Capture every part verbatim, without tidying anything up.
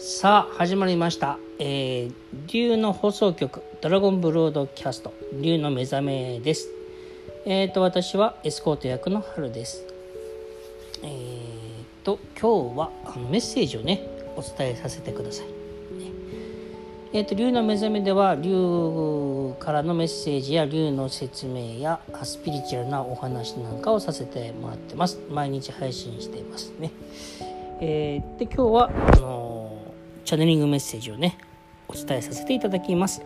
さあ始まりました、えー、龍の放送局ドラゴンブロードキャスト龍の目覚めです。えーと私はエスコート役の春です。えーと今日はあのメッセージをねお伝えさせてください。えーと龍の目覚めでは龍からのメッセージや龍の説明やスピリチュアルなお話なんかをさせてもらってます。毎日配信していますね。えー、で今日はあのーチャネリングメッセージをねお伝えさせていただきます。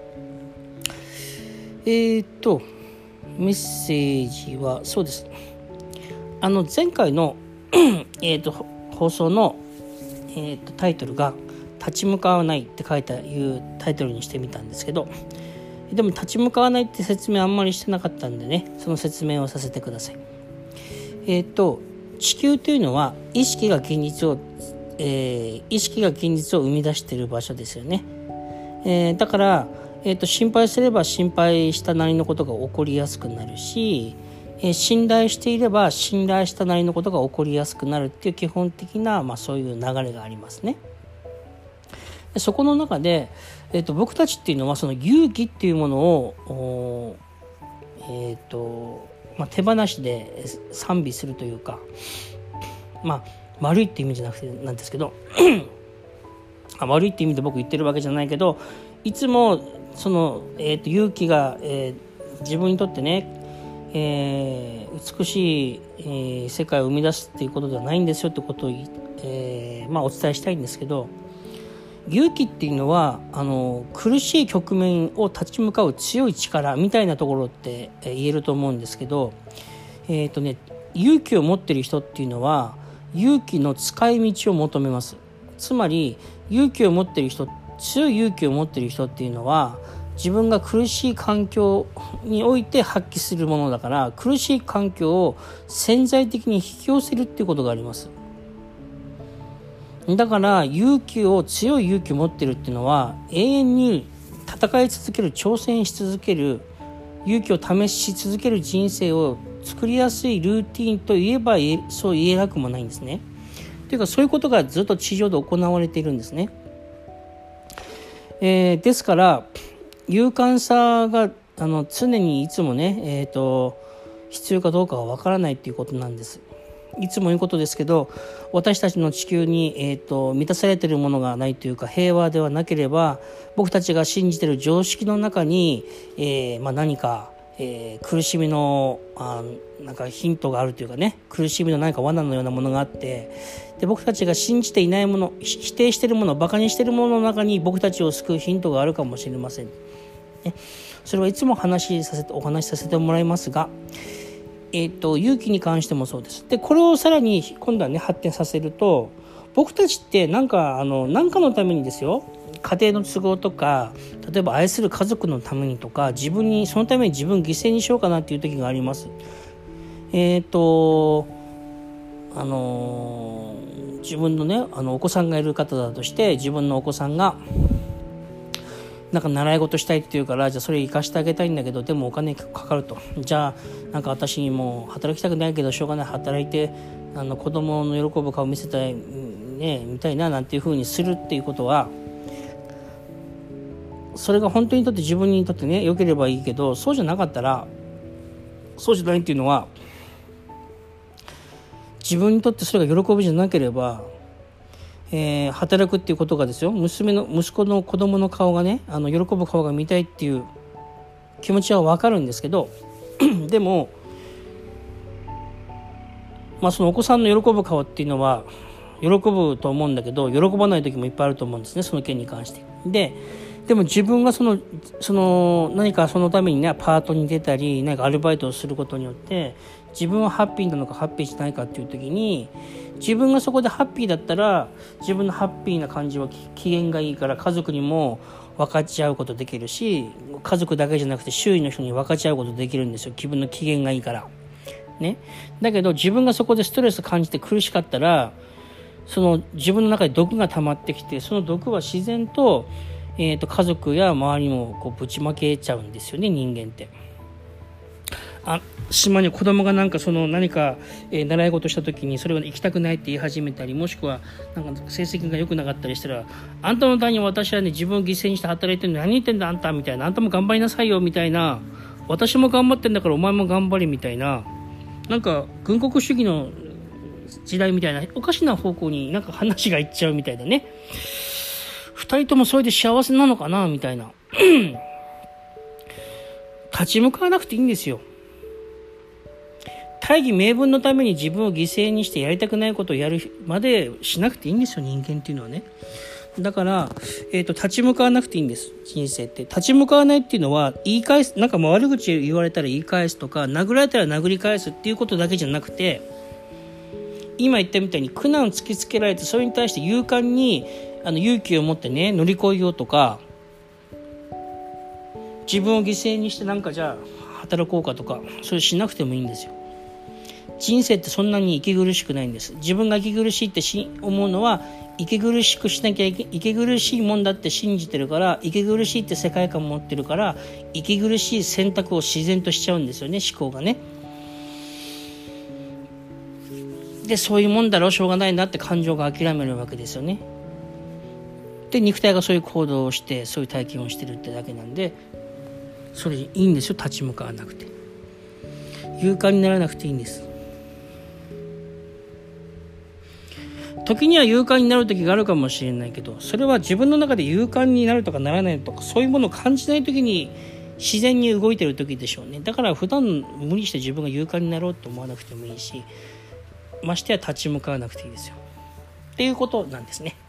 えーとメッセージはそうですあの前回のえーと放送の、えーとタイトルが立ち向かわないって書いたいうタイトルにしてみたんですけど、でも立ち向かわないって説明あんまりしてなかったんでね、その説明をさせてください。えーと地球というのは意識が現実をえー、意識が現実を生み出している場所ですよね。えー、だから、えーと、心配すれば心配したなりのことが起こりやすくなるし、えー、信頼していれば信頼したなりのことが起こりやすくなるっていう基本的な、まあ、そういう流れがありますね。でそこの中で、えーと、僕たちっていうのはその勇気っていうものを、えーとまあ、手放しで賛美するというか、まあ悪いって意味じゃなくてなんですけど悪いって意味で僕言ってるわけじゃないけど、いつもその、えー、と勇気が、えー、自分にとってね、えー、美しい、えー、世界を生み出すっていうことではないんですよってことを、えーまあ、お伝えしたいんですけど、勇気っていうのはあの苦しい局面を立ち向かう強い力みたいなところって、えー、言えると思うんですけど、えーとね、勇気を持ってる人っていうのは勇気の使い道を求めます。つまり勇気を持っている人、強い勇気を持っている人っていうのは自分が苦しい環境において発揮するものだから、苦しい環境を潜在的に引き寄せるっていうことがあります。だから勇気を強い勇気を持っているっていうのは永遠に戦い続ける、挑戦し続ける、勇気を試し続ける人生を作りやすいルーティンといえばそう言えなくもないんですね。というかそういうことがずっと地上で行われているんですね。えー、ですから勇敢さがあの常にいつもね、えーと、必要かどうかはわからないということなんです。いつも言うことですけど、私たちの地球に、えーと、満たされているものがないというか平和ではなければ、僕たちが信じている常識の中に、えーまあ、何かえー、苦しみのあなんかヒントがあるというかね、苦しみの何か罠のようなものがあって、で僕たちが信じていないもの、否定しているもの、バカにしているものの中に僕たちを救うヒントがあるかもしれません、ね、それはいつも話させてお話しさせてもらいますが、えーと、勇気に関してもそうです。でこれをさらに今度はね発展させると、僕たちって何かあの何かのためにですよ、家庭の都合とか、例えば愛する家族のためにとか、自分にそのために自分犠牲にしようかなっていう時があります。えっとあのー、自分のねあのお子さんがいる方だとして、自分のお子さんがなんか習い事したいって言うから、じゃあそれ生かしてあげたいんだけど、でもお金かかると、じゃあなんか私にも働きたくないけどしょうがない、働いてあの子供の喜ぶ顔見せたいねみたいななんていう風にするっていうことは、それが本当にとって自分にとってね良ければいいけど、そうじゃなかったら、そうじゃないっていうのは自分にとってそれが喜びじゃなければ、えー、働くっていうことがですよ、娘の息子の子供の顔がねあの喜ぶ顔が見たいっていう気持ちは分かるんですけどでもまあそのお子さんの喜ぶ顔っていうのは喜ぶと思うんだけど、喜ばない時もいっぱいあると思うんですね、その件に関して。ででも自分がそのその何かそのためにねパートに出たり何かアルバイトをすることによって自分はハッピーなのかハッピーじゃないかっていう時に、自分がそこでハッピーだったら自分のハッピーな感じは機嫌がいいから家族にも分かち合うことできるし、家族だけじゃなくて周囲の人に分かち合うことできるんですよ、自分の機嫌がいいからね。だけど自分がそこでストレス感じて苦しかったら、その自分の中で毒が溜まってきて、その毒は自然とえー、と家族や周りにもこうぶちまけちゃうんですよね、人間って。 あ島に子供がなんかその何か、えー、習い事した時にそれを行きたくないって言い始めたり、もしくはなんか成績が良くなかったりしたら、あんたのために私はね自分を犠牲にして働いてるの何言ってんだあんたみたいな、あんたも頑張りなさいよみたいな、私も頑張ってんだからお前も頑張りみたいな、なんか軍国主義の時代みたいなおかしな方向になんか話がいっちゃうみたいだね。二人ともそれで幸せなのかなみたいな立ち向かわなくていいんですよ。大義名分のために自分を犠牲にしてやりたくないことをやるまでしなくていいんですよ、人間っていうのはね。だから、えーと、立ち向かわなくていいんです、人生って。立ち向かわないっていうのは言い返す、なんか悪口言われたら言い返すとか、殴られたら殴り返すっていうことだけじゃなくて、今言ったみたいに苦難を突きつけられてそれに対して勇敢にあの勇気を持ってね乗り越えようとか、自分を犠牲にしてなんかじゃあ働こうかとか、それしなくてもいいんですよ。人生ってそんなに息苦しくないんです。自分が息苦しいってし思うのは息苦しくしなきゃいけ息苦しいもんだって信じてるから、息苦しいって世界観を持ってるから、息苦しい選択を自然としちゃうんですよね、思考がね。でそういうもんだろうしょうがないなって感情が諦めるわけですよね。で肉体がそういう行動をしてそういう体験をしてるってだけなんで、それいいんですよ。立ち向かわなくて勇敢にならなくていいんです。時には勇敢になる時があるかもしれないけど、それは自分の中で勇敢になるとかならないとか、そういうものを感じない時に自然に動いてる時でしょうね。だから普段無理して自分が勇敢になろうと思わなくてもいいし、ましてや立ち向かわなくていいですよっていうことなんですね。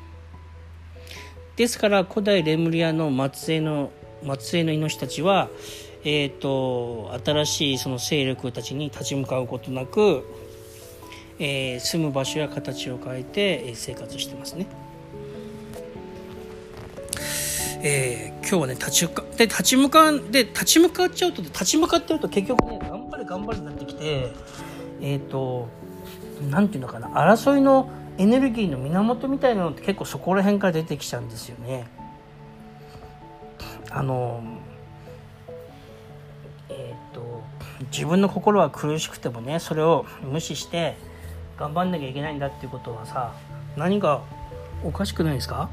ですから古代レムリアの末裔の末裔の命たちは、えーと、新しいその勢力たちに立ち向かうことなく、えー、住む場所や形を変えて生活してますね。えー、今日はね立ち向かで立ち向かで立ち向かっちゃうと立ち向かってると結局ね頑張れ頑張れになってきて、えーとなんていうのかな、争いのエネルギーの源みたいなのって結構そこら辺から出てきちゃうんですよね。あのえっと自分の心は苦しくてもね、それを無視して頑張んなきゃいけないんだっていうことはさ、何がおかしくないですか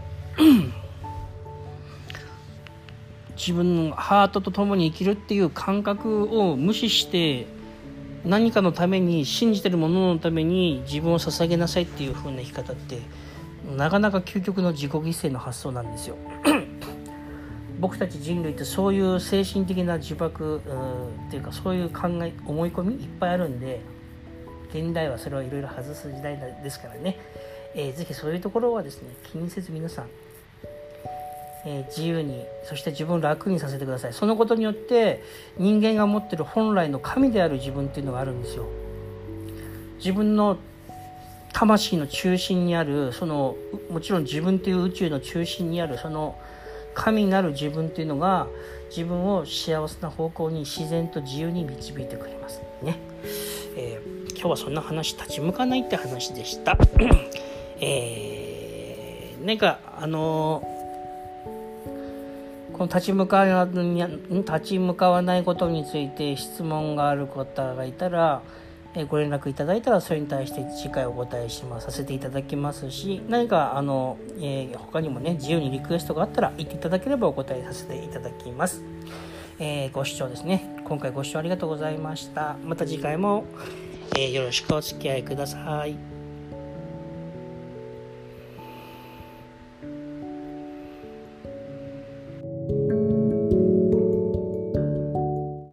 自分のハートと共に生きるっていう感覚を無視して何かのために、信じてるもののために自分を捧げなさいっていう風な生き方ってなかなか究極の自己犠牲の発想なんですよ僕たち人類ってそういう精神的な呪縛っていうか、そういう考え思い込みいっぱいあるんで、現代はそれをいろいろ外す時代ですからね、えー、ぜひそういうところはですね気にせず皆さん、えー、自由に、そして自分を楽にさせてください。そのことによって人間が持っている本来の神である自分っていうのがあるんですよ。自分の魂の中心にある、そのもちろん自分という宇宙の中心にあるその神なる自分っていうのが自分を幸せな方向に自然と自由に導いてくれますね。えー、今日はそんな話、立ち向かないって話でしたえー、なんかあのーこの立ち向かわ立ち向かわないことについて質問がある方がいたら、えご連絡いただいたらそれに対して次回お答えしますさせていただきますし、何かあの、えー、他にもね自由にリクエストがあったら言っていただければお答えさせていただきます。えー、ご視聴ですね、今回ご視聴ありがとうございました。また次回も、えー、よろしくお付き合いください。